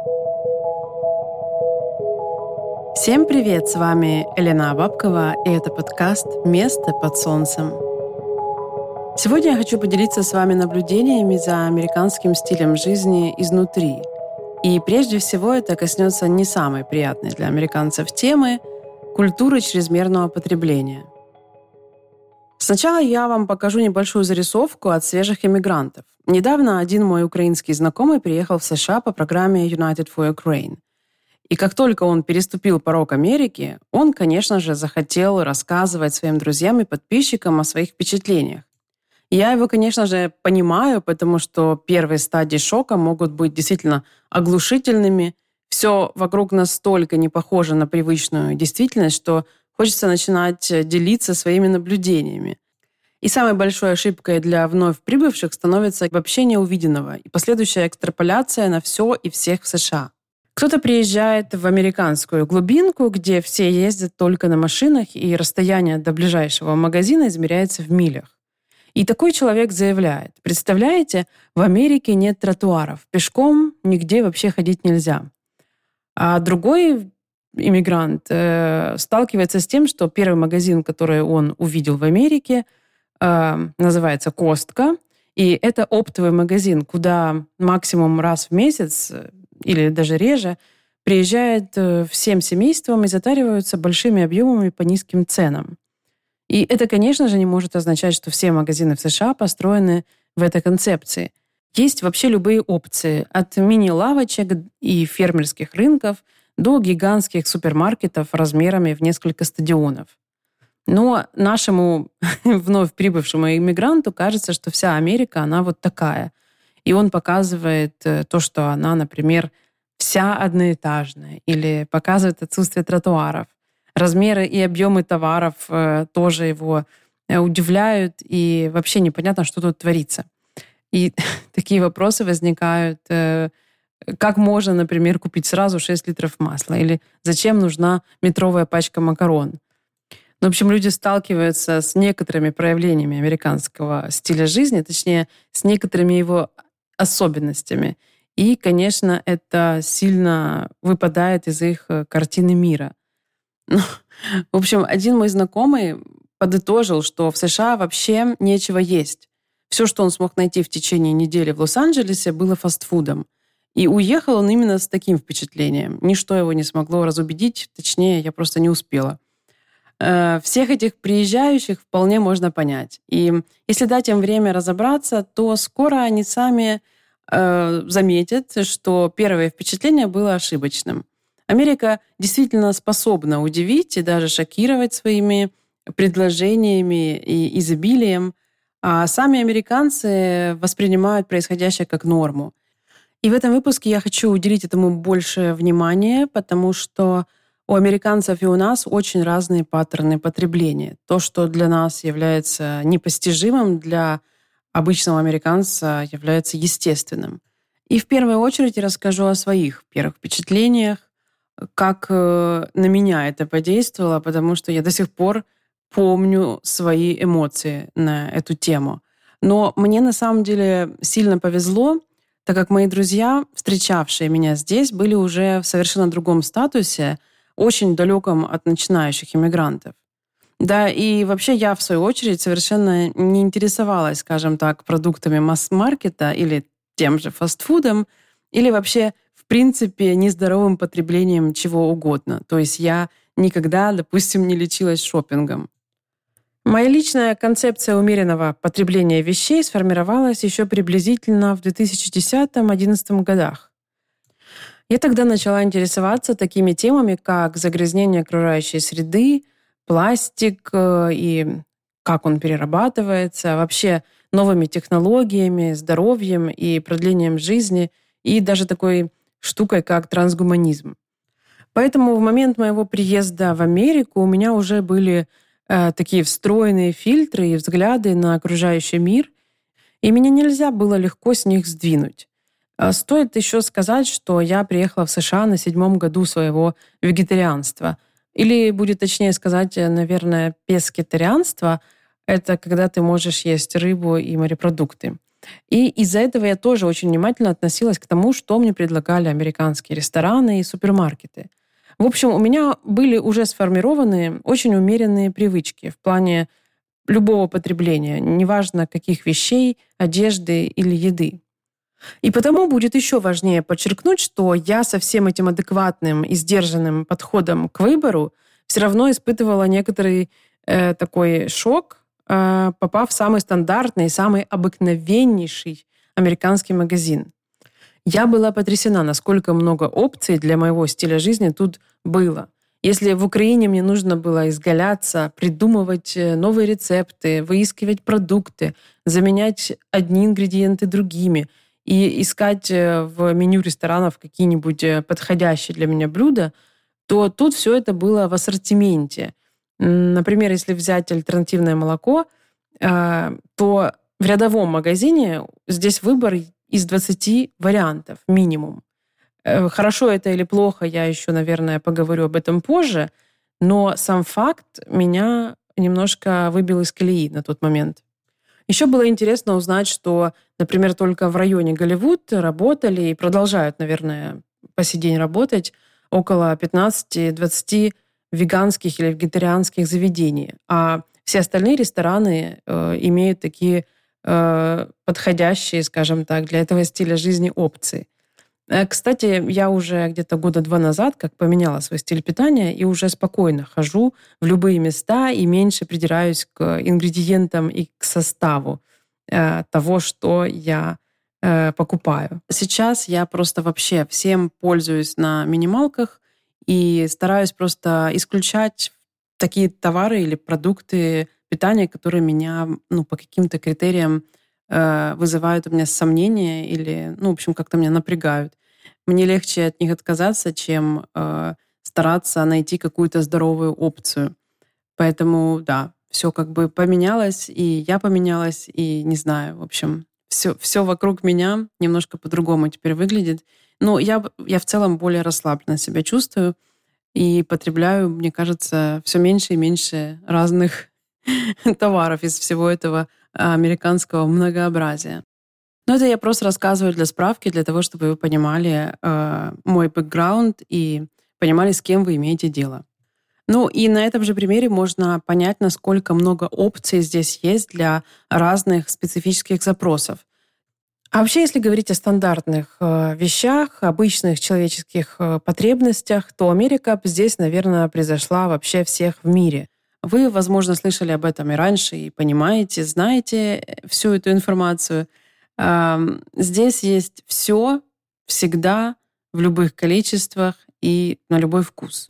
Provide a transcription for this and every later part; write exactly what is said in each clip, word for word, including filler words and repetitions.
Всем привет! С вами Елена Бабкова, и это подкаст «Место под солнцем». Сегодня я хочу поделиться с вами наблюдениями за американским стилем жизни изнутри. И прежде всего это коснется не самой приятной для американцев темы — культуры чрезмерного потребления. Сначала я вам покажу небольшую зарисовку от свежих иммигрантов. Недавно один мой украинский знакомый приехал в США по программе United for Ukraine. И как только он переступил порог Америки, он, конечно же, захотел рассказывать своим друзьям и подписчикам о своих впечатлениях. Я его, конечно же, понимаю, потому что первые стадии шока могут быть действительно оглушительными. Все вокруг настолько не похоже на привычную действительность, что хочется начинать делиться своими наблюдениями. И самой большой ошибкой для вновь прибывших становится обобщение увиденного и последующая экстраполяция на все и всех в США. Кто-то приезжает в американскую глубинку, где все ездят только на машинах, и расстояние до ближайшего магазина измеряется в милях. И такой человек заявляет: представляете, в Америке нет тротуаров, пешком нигде вообще ходить нельзя. А другой иммигрант э, сталкивается с тем, что первый магазин, который он увидел в Америке, э, называется Костка, и это оптовый магазин, куда максимум раз в месяц или даже реже, приезжают всем семейством и затариваются большими объемами по низким ценам. И это, конечно же, не может означать, что все магазины в США построены в этой концепции. Есть вообще любые опции, от мини-лавочек и фермерских рынков до гигантских супермаркетов размерами в несколько стадионов. Но нашему вновь прибывшему иммигранту кажется, что вся Америка, она вот такая. И он показывает то, что она, например, вся одноэтажная, или показывает отсутствие тротуаров. Размеры и объемы товаров тоже его удивляют, и вообще непонятно, что тут творится. И такие вопросы возникают: как можно, например, купить сразу шесть литров масла? Или зачем нужна метровая пачка макарон? Ну, в общем, люди сталкиваются с некоторыми проявлениями американского стиля жизни, точнее, с некоторыми его особенностями. И, конечно, это сильно выпадает из их картины мира. Ну, в общем, один мой знакомый подытожил, что в США вообще нечего есть. Все, что он смог найти в течение недели в Лос-Анджелесе, было фастфудом. И уехал он именно с таким впечатлением. Ничто его не смогло разубедить, точнее, я просто не успела. Всех этих приезжающих вполне можно понять. И если дать им время разобраться, то скоро они сами э, заметят, что первое впечатление было ошибочным. Америка действительно способна удивить и даже шокировать своими предложениями и изобилием, а сами американцы воспринимают происходящее как норму. И в этом выпуске я хочу уделить этому больше внимания, потому что у американцев и у нас очень разные паттерны потребления. То, что для нас является непостижимым, для обычного американца является естественным. И в первую очередь я расскажу о своих первых впечатлениях, как на меня это подействовало, потому что я до сих пор помню свои эмоции на эту тему. Но мне на самом деле сильно повезло, так как мои друзья, встречавшие меня здесь, были уже в совершенно другом статусе, очень далеком от начинающих иммигрантов. Да, и вообще я, в свою очередь, совершенно не интересовалась, скажем так, продуктами масс-маркета или тем же фастфудом, или вообще, в принципе, нездоровым потреблением чего угодно. То есть я никогда, допустим, не лечилась шопингом. Моя личная концепция умеренного потребления вещей сформировалась еще приблизительно в две тысячи десятом-две тысячи одиннадцатом годах. Я тогда начала интересоваться такими темами, как загрязнение окружающей среды, пластик и как он перерабатывается, вообще новыми технологиями, здоровьем и продлением жизни, и даже такой штукой, как трансгуманизм. Поэтому в момент моего приезда в Америку у меня уже были э, такие встроенные фильтры и взгляды на окружающий мир, и меня нельзя было легко с них сдвинуть. Стоит еще сказать, что я приехала в США на седьмом году своего вегетарианства. Или, будет точнее сказать, наверное, пескетарианство. Это когда ты можешь есть рыбу и морепродукты. И из-за этого я тоже очень внимательно относилась к тому, что мне предлагали американские рестораны и супермаркеты. В общем, у меня были уже сформированы очень умеренные привычки в плане любого потребления, неважно каких вещей, одежды или еды. И потому будет еще важнее подчеркнуть, что я со всем этим адекватным и сдержанным подходом к выбору все равно испытывала некоторый э, такой шок, э, попав в самый стандартный, самый обыкновеннейший американский магазин. Я была потрясена, насколько много опций для моего стиля жизни тут было. Если в Украине мне нужно было изгаляться, придумывать новые рецепты, выискивать продукты, заменять одни ингредиенты другими и искать в меню ресторанов какие-нибудь подходящие для меня блюда, то тут все это было в ассортименте. Например, если взять альтернативное молоко, то в рядовом магазине здесь выбор из двадцати вариантов минимум. Хорошо это или плохо, я еще, наверное, поговорю об этом позже, но сам факт меня немножко выбил из колеи на тот момент. Еще было интересно узнать, что, например, только в районе Голливуд работали и продолжают, наверное, по сей день работать около пятнадцати-двадцати веганских или вегетарианских заведений, а все остальные рестораны э, имеют такие э, подходящие, скажем так, для этого стиля жизни опции. Кстати, я уже где-то года два назад как поменяла свой стиль питания и уже спокойно хожу в любые места и меньше придираюсь к ингредиентам и к составу э, того, что я э, покупаю. Сейчас я просто вообще всем пользуюсь на минималках и стараюсь просто исключать такие товары или продукты питания, которые меня ну, по каким-то критериям вызывают у меня сомнения или, ну, в общем, как-то меня напрягают. Мне легче от них отказаться, чем э, стараться найти какую-то здоровую опцию. Поэтому, да, все как бы поменялось, и я поменялась, и не знаю, в общем, все, все вокруг меня немножко по-другому теперь выглядит. Но я, я в целом более расслабленно себя чувствую и потребляю, мне кажется, все меньше и меньше разных товаров из всего этого американского многообразия. Но это я просто рассказываю для справки, для того, чтобы вы понимали э, мой бэкграунд и понимали, с кем вы имеете дело. Ну и на этом же примере можно понять, насколько много опций здесь есть для разных специфических запросов. А вообще, если говорить о стандартных э, вещах, обычных человеческих э, потребностях, то Америка здесь, наверное, превзошла вообще всех в мире. Вы, возможно, слышали об этом и раньше, и понимаете, знаете всю эту информацию. Здесь есть все, всегда, в любых количествах и на любой вкус.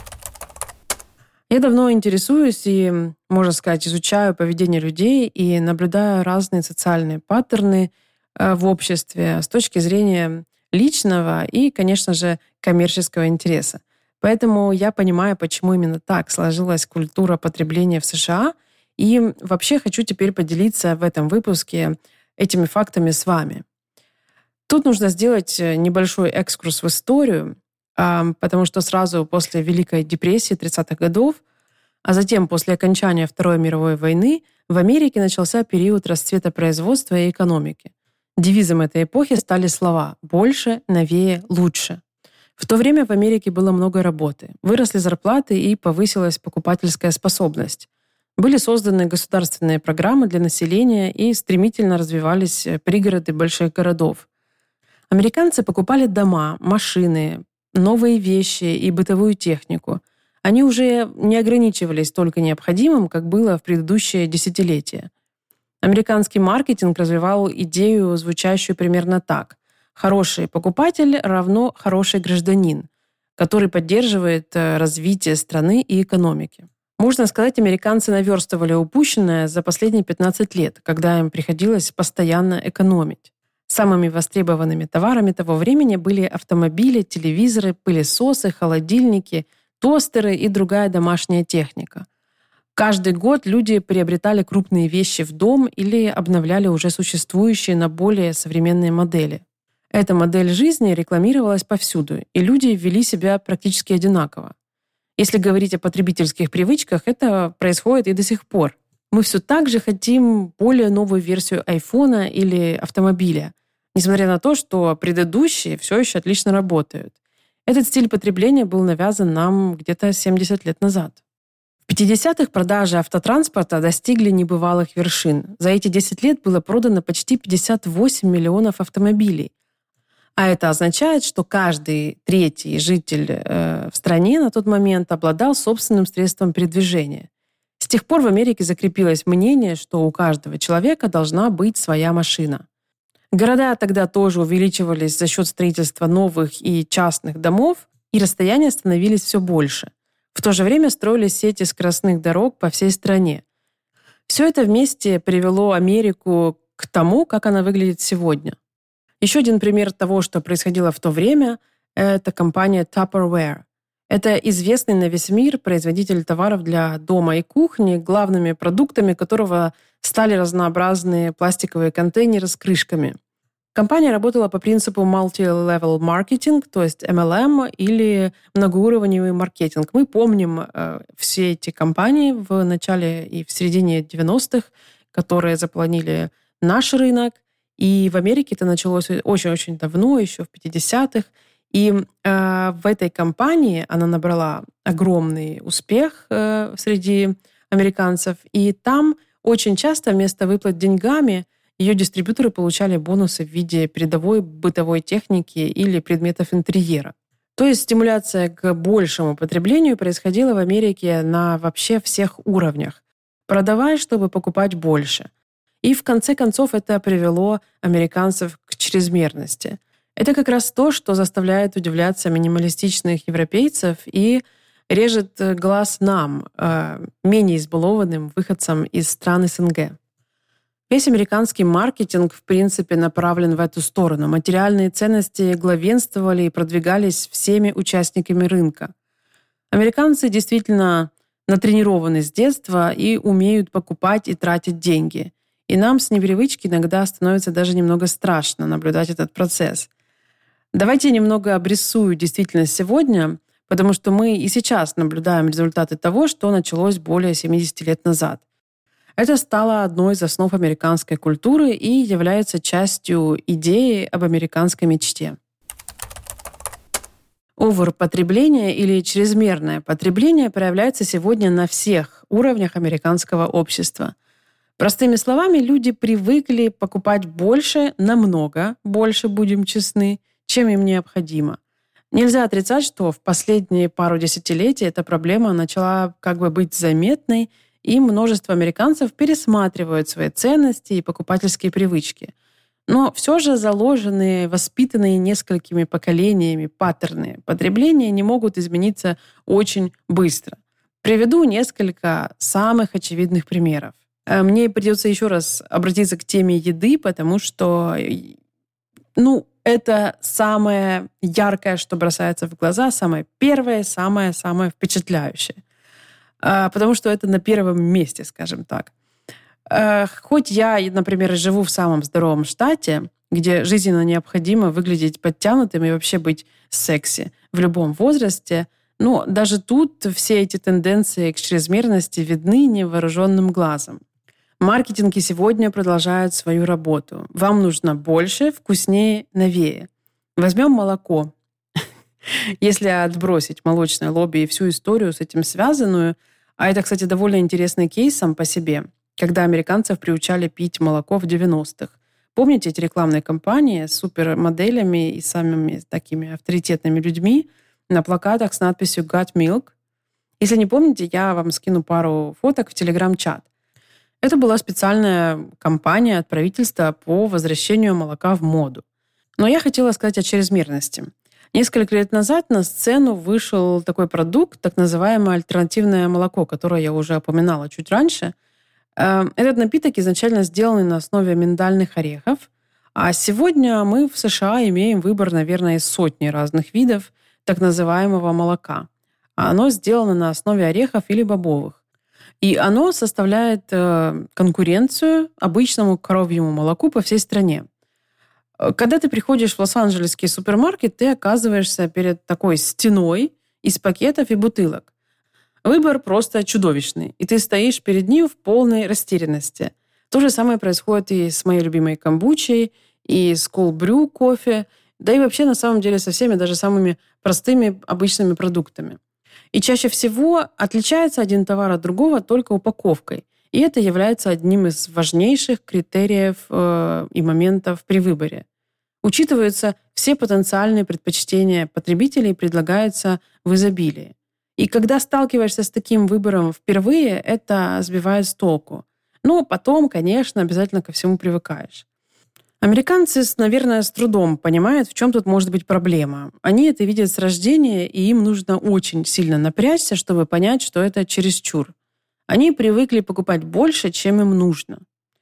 Я давно интересуюсь и, можно сказать, изучаю поведение людей и наблюдаю разные социальные паттерны в обществе с точки зрения личного и, конечно же, коммерческого интереса. Поэтому я понимаю, почему именно так сложилась культура потребления в США. И вообще хочу теперь поделиться в этом выпуске этими фактами с вами. Тут нужно сделать небольшой экскурс в историю, потому что сразу после Великой депрессии тридцатых годов, а затем после окончания Второй мировой войны в Америке начался период расцвета производства и экономики. Девизом этой эпохи стали слова «больше, новее, лучше». В то время в Америке было много работы, выросли зарплаты и повысилась покупательская способность. Были созданы государственные программы для населения и стремительно развивались пригороды больших городов. Американцы покупали дома, машины, новые вещи и бытовую технику. Они уже не ограничивались только необходимым, как было в предыдущие десятилетия. Американский маркетинг развивал идею, звучащую примерно так. Хороший покупатель равно хороший гражданин, который поддерживает развитие страны и экономики. Можно сказать, американцы наверстывали упущенное за последние пятнадцать лет, когда им приходилось постоянно экономить. Самыми востребованными товарами того времени были автомобили, телевизоры, пылесосы, холодильники, тостеры и другая домашняя техника. Каждый год люди приобретали крупные вещи в дом или обновляли уже существующие на более современные модели. Эта модель жизни рекламировалась повсюду, и люди вели себя практически одинаково. Если говорить о потребительских привычках, это происходит и до сих пор. мы все так же хотим более новую версию айфона или автомобиля, несмотря на то, что предыдущие все еще отлично работают. Этот стиль потребления был навязан нам где-то семьдесят лет назад. В пятидесятых продажи автотранспорта достигли небывалых вершин. За эти десять лет было продано почти пятьдесят восемь миллионов автомобилей. А это означает, что каждый третий житель э, в стране на тот момент обладал собственным средством передвижения. С тех пор в Америке закрепилось мнение, что у каждого человека должна быть своя машина. Города тогда тоже увеличивались за счет строительства новых и частных домов, и расстояния становились все больше. В то же время строились сети скоростных дорог по всей стране. Все это вместе привело Америку к тому, как она выглядит сегодня. Еще один пример того, что происходило в то время, это компания Tupperware. Это известный на весь мир производитель товаров для дома и кухни, главными продуктами которого стали разнообразные пластиковые контейнеры с крышками. Компания работала по принципу multi-level marketing, то есть эм эл эм или многоуровневый маркетинг. Мы помним э, все эти компании в начале и в середине девяностых, которые заполонили наш рынок. И в Америке это началось очень-очень давно, еще в пятидесятых. И э, в этой компании она набрала огромный успех э, среди американцев. И там очень часто вместо выплат деньгами ее дистрибьюторы получали бонусы в виде передовой бытовой техники или предметов интерьера. То есть стимуляция к большему потреблению происходила в Америке на вообще всех уровнях. Продавай, чтобы покупать больше. И в конце концов это привело американцев к чрезмерности. Это как раз то, что заставляет удивляться минималистичных европейцев и режет глаз нам, менее избалованным выходцам из стран эс эн гэ. Весь американский маркетинг, в принципе, направлен в эту сторону. Материальные ценности главенствовали и продвигались всеми участниками рынка. Американцы действительно натренированы с детства и умеют покупать и тратить деньги. И нам с непривычки иногда становится даже немного страшно наблюдать этот процесс. Давайте немного обрисую действительность сегодня, потому что мы и сейчас наблюдаем результаты того, что началось более семьдесят лет назад. Это стало одной из основ американской культуры и является частью идеи об американской мечте. Оверпотребление или чрезмерное потребление проявляется сегодня на всех уровнях американского общества. Простыми словами, люди привыкли покупать больше, намного больше, будем честны, чем им необходимо. Нельзя отрицать, что в последние пару десятилетий эта проблема начала как бы быть заметной, и множество американцев пересматривают свои ценности и покупательские привычки. Но все же заложенные, воспитанные несколькими поколениями паттерны потребления не могут измениться очень быстро. Приведу несколько самых очевидных примеров. Мне придется еще раз обратиться к теме еды, потому что ну, это самое яркое, что бросается в глаза, самое первое, самое-самое впечатляющее. Потому что это на первом месте, скажем так. Хоть я, например, живу в самом здоровом штате, где жизненно необходимо выглядеть подтянутым и вообще быть секси в любом возрасте, но даже тут все эти тенденции к чрезмерности видны невооруженным глазом. Маркетинги сегодня продолжают свою работу. Вам нужно больше, вкуснее, новее. Возьмем молоко. Если отбросить молочное лобби и всю историю с этим связанную, а это, кстати, довольно интересный кейс сам по себе, когда американцев приучали пить молоко в девяностых. Помните эти рекламные кампании с супермоделями и самыми такими авторитетными людьми на плакатах с надписью «Got Milk»? Если не помните, я вам скину пару фоток в телеграм-чат. Это была специальная кампания от правительства по возвращению молока в моду. Но я хотела сказать о чрезмерности. Несколько лет назад на сцену вышел такой продукт, так называемое альтернативное молоко, которое я уже упоминала чуть раньше. Этот напиток изначально сделан на основе миндальных орехов, а сегодня мы в США имеем выбор, наверное, из сотни разных видов так называемого молока. Оно сделано на основе орехов или бобовых. И оно составляет конкуренцию обычному коровьему молоку по всей стране. Когда ты приходишь в Лос-Анджелесский супермаркет, ты оказываешься перед такой стеной из пакетов и бутылок. Выбор просто чудовищный, и ты стоишь перед ним в полной растерянности. То же самое происходит и с моей любимой камбучей, и с cold brew кофе, да и вообще на самом деле со всеми даже самыми простыми обычными продуктами. И чаще всего отличается один товар от другого только упаковкой. И это является одним из важнейших критериев э, и моментов при выборе. Учитываются все потенциальные предпочтения потребителей, предлагаются в изобилии. И когда сталкиваешься с таким выбором впервые, это сбивает с толку. Но потом, конечно, обязательно ко всему привыкаешь. Американцы, наверное, с трудом понимают, в чем тут может быть проблема. Они это видят с рождения, и им нужно очень сильно напрячься, чтобы понять, что это чересчур. Они привыкли покупать больше, чем им нужно.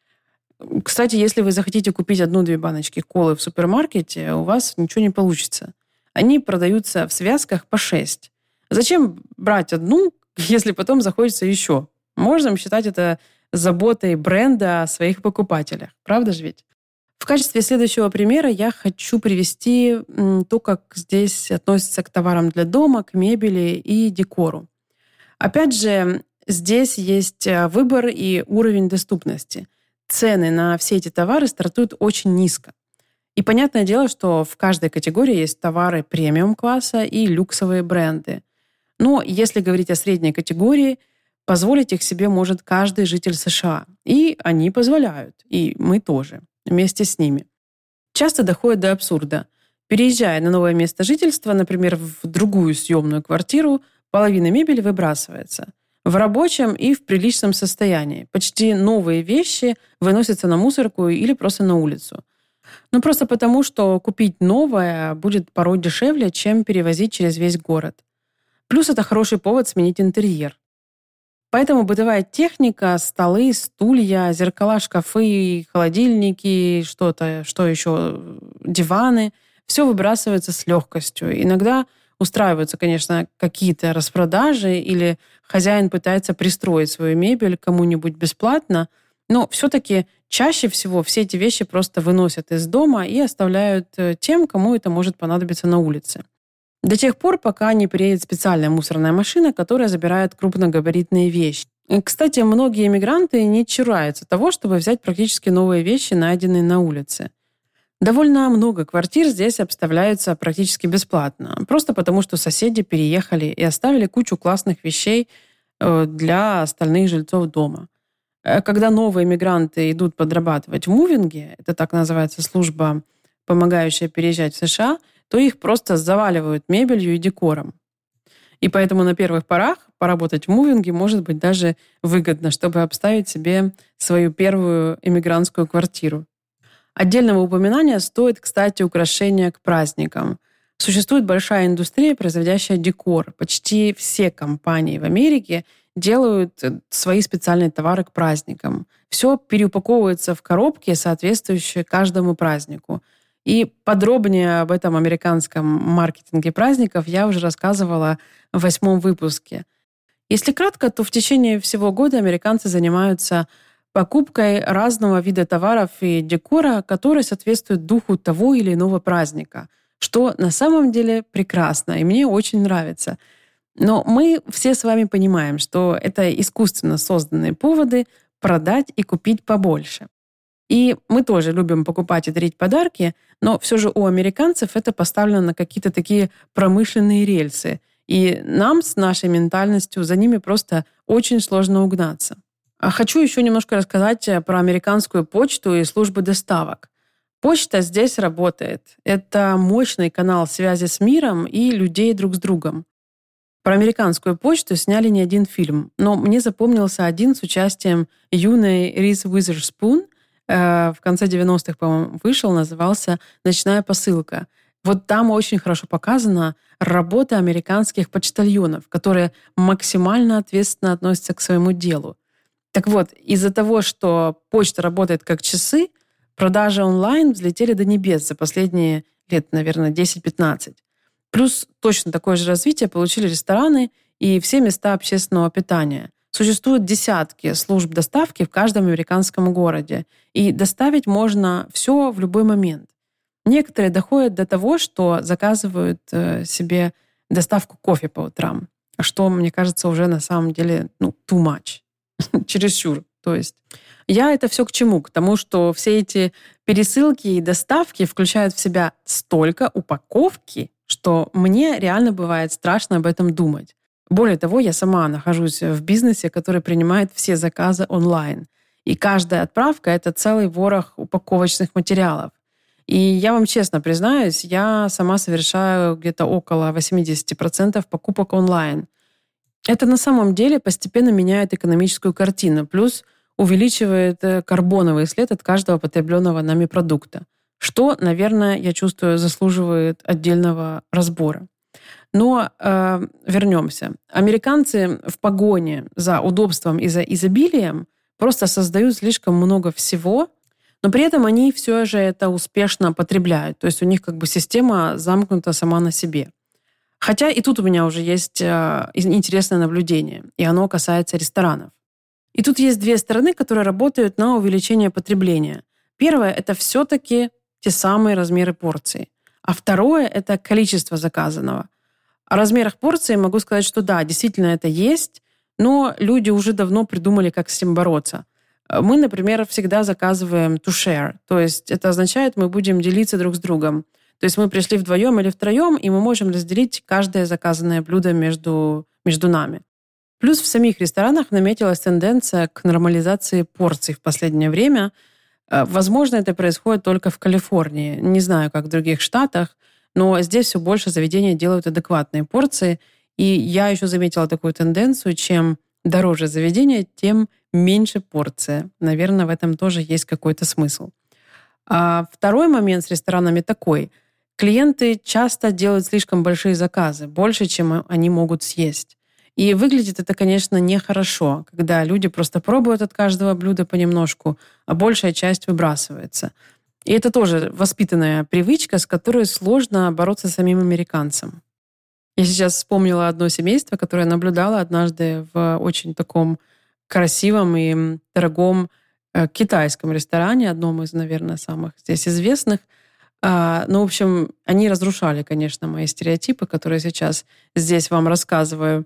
Кстати, если вы захотите купить одну-две баночки колы в супермаркете, у вас ничего не получится. Они продаются в связках по шесть. Зачем брать одну, если потом захочется еще? Можно считать это заботой бренда о своих покупателях. Правда же ведь? В качестве следующего примера я хочу привести то, как здесь относятся к товарам для дома, к мебели и декору. Опять же, здесь есть выбор и уровень доступности. Цены на все эти товары стартуют очень низко. И понятное дело, что в каждой категории есть товары премиум-класса и люксовые бренды. Но если говорить о средней категории, позволить их себе может каждый житель США. И они позволяют, и мы тоже, вместе с ними. Часто доходит до абсурда. Переезжая на новое место жительства, например, в другую съемную квартиру, половина мебели выбрасывается. В рабочем и в приличном состоянии. Почти новые вещи выносятся на мусорку или просто на улицу. Ну, просто потому, что купить новое будет порой дешевле, чем перевозить через весь город. Плюс это хороший повод сменить интерьер. Поэтому бытовая техника, столы, стулья, зеркала, шкафы, холодильники, что-то, что еще, диваны, все выбрасывается с легкостью. Иногда устраиваются, конечно, какие-то распродажи или хозяин пытается пристроить свою мебель кому-нибудь бесплатно, но все-таки чаще всего все эти вещи просто выносят из дома и оставляют тем, кому это может понадобиться на улице. До тех пор, пока не приедет специальная мусорная машина, которая забирает крупногабаритные вещи. И, кстати, многие иммигранты не чураются того, чтобы взять практически новые вещи, найденные на улице. Довольно много квартир здесь обставляются практически бесплатно, просто потому что соседи переехали и оставили кучу классных вещей для остальных жильцов дома. Когда новые иммигранты идут подрабатывать в мувинге, это так называется служба, помогающая переезжать в США, то их просто заваливают мебелью и декором. И поэтому на первых порах поработать в мувинге может быть даже выгодно, чтобы обставить себе свою первую эмигрантскую квартиру. Отдельного упоминания стоит, кстати, украшения к праздникам. Существует большая индустрия, производящая декор. Почти все компании в Америке делают свои специальные товары к праздникам. Все переупаковывается в коробки, соответствующие каждому празднику. И подробнее об этом американском маркетинге праздников я уже рассказывала в восьмом выпуске. Если кратко, то в течение всего года американцы занимаются покупкой разного вида товаров и декора, которые соответствуют духу того или иного праздника, что на самом деле прекрасно, и мне очень нравится. Но мы все с вами понимаем, что это искусственно созданные поводы продать и купить побольше. И мы тоже любим покупать и дарить подарки, но все же у американцев это поставлено на какие-то такие промышленные рельсы. И нам с нашей ментальностью за ними просто очень сложно угнаться. А хочу еще немножко рассказать про американскую почту и службы доставок. Почта здесь работает. Это мощный канал связи с миром и людей друг с другом. Про американскую почту сняли не один фильм, но мне запомнился один с участием юной Риз Уизерспун. В конце девяностых, по-моему, вышел, назывался «Ночная посылка». Вот там очень хорошо показана работа американских почтальонов, которые максимально ответственно относятся к своему делу. Так вот, из-за того, что почта работает как часы, продажи онлайн взлетели до небес за последние лет, наверное, десять-пятнадцать. Плюс точно такое же развитие получили рестораны и все места общественного питания. Существуют десятки служб доставки в каждом американском городе, и доставить можно все в любой момент. Некоторые доходят до того, что заказывают себе доставку кофе по утрам. что, мне кажется, уже на самом деле ну, too much, чересчур. То есть я это все к чему? К тому, что все эти пересылки и доставки включают в себя столько упаковки, что мне реально бывает страшно об этом думать. Более того, я сама нахожусь в бизнесе, который принимает все заказы онлайн. И каждая отправка — это целый ворох упаковочных материалов. И я вам честно признаюсь, я сама совершаю где-то около восемьдесят процентов покупок онлайн. Это на самом деле постепенно меняет экономическую картину, плюс увеличивает карбоновый след от каждого потребленного нами продукта, что, наверное, я чувствую, заслуживает отдельного разбора. Но э, вернемся. Американцы в погоне за удобством и за изобилием просто создают слишком много всего, но при этом они все же это успешно потребляют. То есть у них как бы система замкнута сама на себе. Хотя и тут у меня уже есть э, интересное наблюдение, и оно касается ресторанов. И тут есть две стороны, которые работают на увеличение потребления. Первое — это все-таки те самые размеры порций. А второе — это количество заказанного. О размерах порции могу сказать, что да, действительно это есть, но люди уже давно придумали, как с этим бороться. Мы, например, всегда заказываем to share, то есть это означает, мы будем делиться друг с другом. То есть мы пришли вдвоем или втроем, и мы можем разделить каждое заказанное блюдо между, между нами. Плюс в самих ресторанах наметилась тенденция к нормализации порций в последнее время. Возможно, это происходит только в Калифорнии. Не знаю, как в других штатах, но здесь все больше заведения делают адекватные порции. И я еще заметила такую тенденцию, чем дороже заведение, тем меньше порция. Наверное, в этом тоже есть какой-то смысл. А второй момент с ресторанами такой. Клиенты часто делают слишком большие заказы, больше, чем они могут съесть. И выглядит это, конечно, нехорошо, когда люди просто пробуют от каждого блюда понемножку, а большая часть выбрасывается. И это тоже воспитанная привычка, с которой сложно бороться самим американцам. Я сейчас вспомнила одно семейство, которое наблюдала однажды в очень таком красивом и дорогом китайском ресторане, одном из, наверное, самых здесь известных. Ну, в общем, они разрушали, конечно, мои стереотипы, которые сейчас здесь вам рассказываю.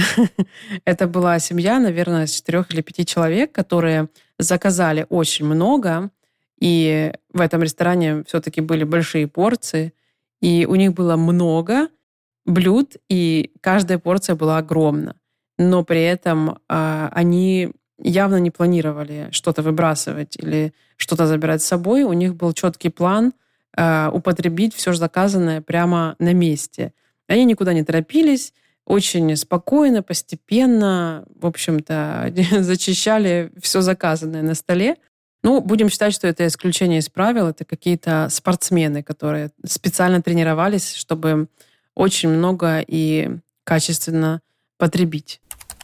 Это была семья, наверное, из четырех или пяти человек, которые заказали очень много, и в этом ресторане все-таки были большие порции, и у них было много блюд, и каждая порция была огромна. Но при этом э, они явно не планировали что-то выбрасывать или что-то забирать с собой. У них был четкий план э, употребить все же заказанное прямо на месте. Они никуда не торопились, очень спокойно, постепенно, в общем-то, зачищали все заказанное на столе. Ну, будем считать, что это исключение из правил. Это какие-то спортсмены, которые специально тренировались, чтобы очень много и качественно потребить.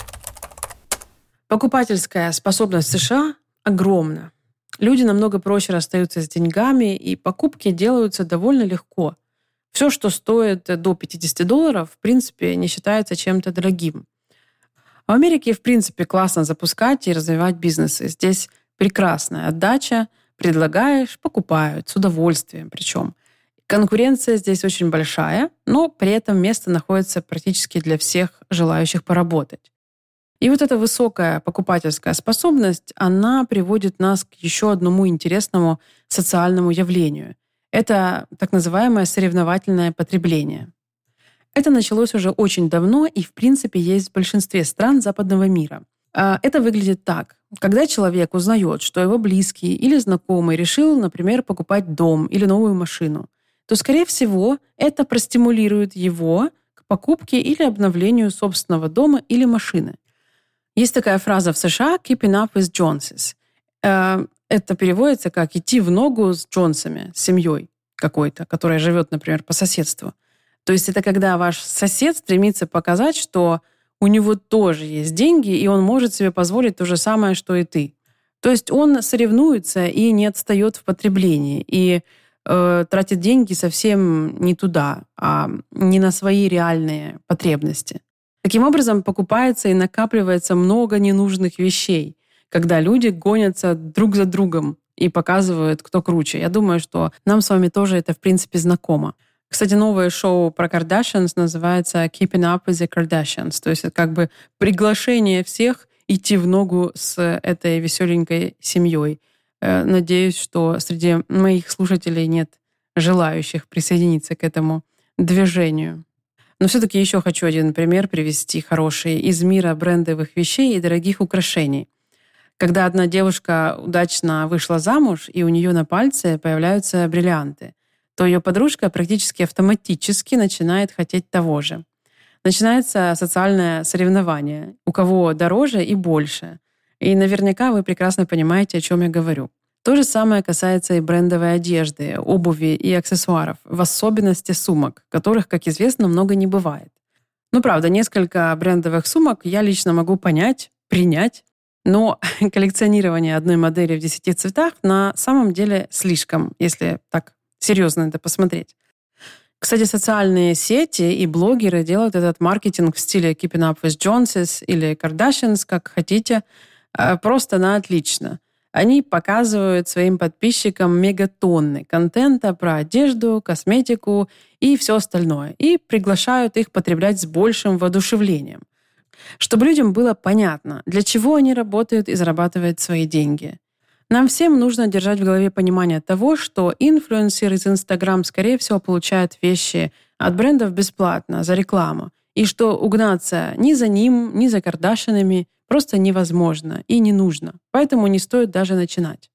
Покупательская способность США огромна. Люди намного проще расстаются с деньгами, и покупки делаются довольно легко. Все, что стоит до пятьдесят долларов, в принципе, не считается чем-то дорогим. В Америке, в принципе, классно запускать и развивать бизнесы. Здесь прекрасная отдача. Предлагаешь, покупают, с удовольствием причем. Конкуренция здесь очень большая, но при этом место находится практически для всех желающих поработать. И вот эта высокая покупательская способность, она приводит нас к еще одному интересному социальному явлению. Это так называемое соревновательное потребление. Это началось уже очень давно и, в принципе, есть в большинстве стран западного мира. Это выглядит так. Когда человек узнает, что его близкий или знакомый решил, например, покупать дом или новую машину, то, скорее всего, это простимулирует его к покупке или обновлению собственного дома или машины. Есть такая фраза в США «keeping up with Joneses». Это переводится как «идти в ногу с Джонсами», с семьей какой-то, которая живет, например, по соседству. То есть это когда ваш сосед стремится показать, что у него тоже есть деньги, и он может себе позволить то же самое, что и ты. То есть он соревнуется и не отстает в потреблении, и э, тратит деньги совсем не туда, а не на свои реальные потребности. Таким образом, покупается и накапливается много ненужных вещей, когда люди гонятся друг за другом и показывают, кто круче. Я думаю, что нам с вами тоже это, в принципе, знакомо. Кстати, новое шоу про Kardashians называется Keeping Up with the Kardashians. То есть это как бы приглашение всех идти в ногу с этой веселенькой семьей. Надеюсь, что среди моих слушателей нет желающих присоединиться к этому движению. Но все-таки еще хочу один пример привести хороший из мира брендовых вещей и дорогих украшений. Когда одна девушка удачно вышла замуж, и у нее на пальце появляются бриллианты, то ее подружка практически автоматически начинает хотеть того же. Начинается социальное соревнование, у кого дороже и больше. И наверняка вы прекрасно понимаете, о чем я говорю. То же самое касается и брендовой одежды, обуви и аксессуаров, в особенности сумок, которых, как известно, много не бывает. Ну, правда, несколько брендовых сумок я лично могу понять, принять, но коллекционирование одной модели в десяти цветах на самом деле слишком, если так серьезно это посмотреть. Кстати, социальные сети и блогеры делают этот маркетинг в стиле Keeping Up with Joneses или Kardashians, как хотите, просто на отлично. Они показывают своим подписчикам мегатонны контента про одежду, косметику и все остальное, и приглашают их потреблять с большим воодушевлением, чтобы людям было понятно, для чего они работают и зарабатывают свои деньги. Нам всем нужно держать в голове понимание того, что инфлюенсеры из Instagram, скорее всего, получают вещи от брендов бесплатно, за рекламу, и что угнаться ни за ним, ни за Кардашинами просто невозможно и не нужно. Поэтому не стоит даже начинать.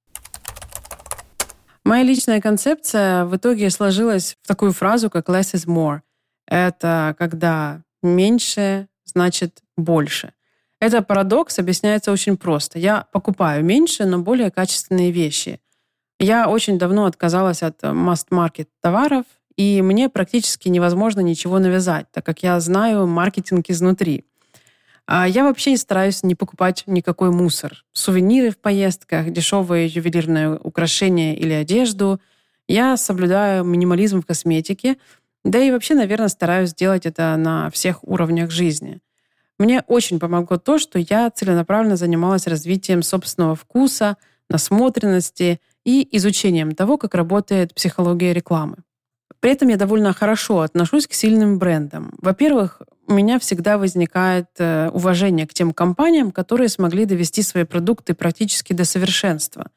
Моя личная концепция в итоге сложилась в такую фразу, как less is more. Это когда меньше значит больше. Этот парадокс объясняется очень просто. Я покупаю меньше, но более качественные вещи. Я очень давно отказалась от масс-маркет товаров, и мне практически невозможно ничего навязать, так как я знаю маркетинг изнутри. А я вообще стараюсь не покупать никакой мусор. Сувениры в поездках, дешевые ювелирные украшения или одежду. Я соблюдаю минимализм в косметике, да и вообще, наверное, стараюсь делать это на всех уровнях жизни. Мне очень помогло то, что я целенаправленно занималась развитием собственного вкуса, насмотренности и изучением того, как работает психология рекламы. При этом я довольно хорошо отношусь к сильным брендам. Во-первых, у меня всегда возникает уважение к тем компаниям, которые смогли довести свои продукты практически до совершенства,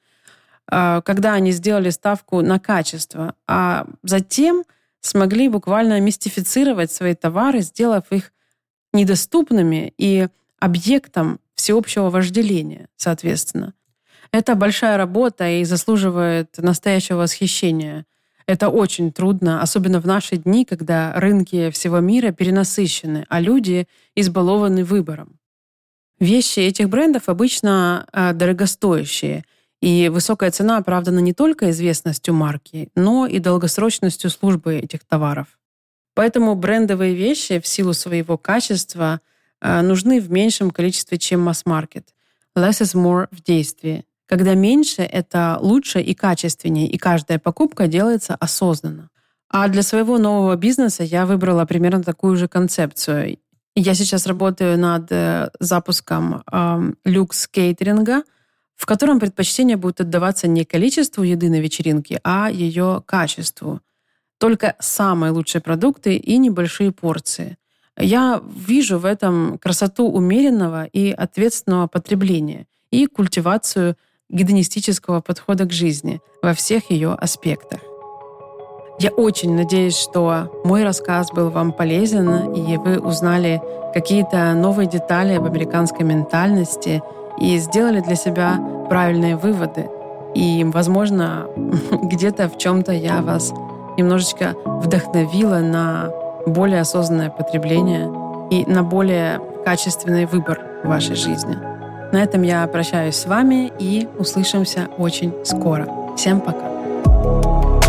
когда они сделали ставку на качество, а затем смогли буквально мистифицировать свои товары, сделав их недоступными и объектом всеобщего вожделения, соответственно. Это большая работа и заслуживает настоящего восхищения. Это очень трудно, особенно в наши дни, когда рынки всего мира перенасыщены, а люди избалованы выбором. Вещи этих брендов обычно дорогостоящие, и высокая цена оправдана не только известностью марки, но и долгосрочностью службы этих товаров. Поэтому брендовые вещи в силу своего качества нужны в меньшем количестве, чем масс-маркет. Less is more в действии. Когда меньше, это лучше и качественнее, и каждая покупка делается осознанно. А для своего нового бизнеса я выбрала примерно такую же концепцию. Я сейчас работаю над запуском э, люкс-кейтеринга, в котором предпочтение будет отдаваться не количеству еды на вечеринке, а ее качеству. Только самые лучшие продукты и небольшие порции. Я вижу в этом красоту умеренного и ответственного потребления и культивацию гедонистического подхода к жизни во всех ее аспектах. Я очень надеюсь, что мой рассказ был вам полезен, и вы узнали какие-то новые детали об американской ментальности и сделали для себя правильные выводы. И, возможно, где-то в чем-то я вас немножечко вдохновила на более осознанное потребление и на более качественный выбор в вашей жизни. На этом я прощаюсь с вами и услышимся очень скоро. Всем пока.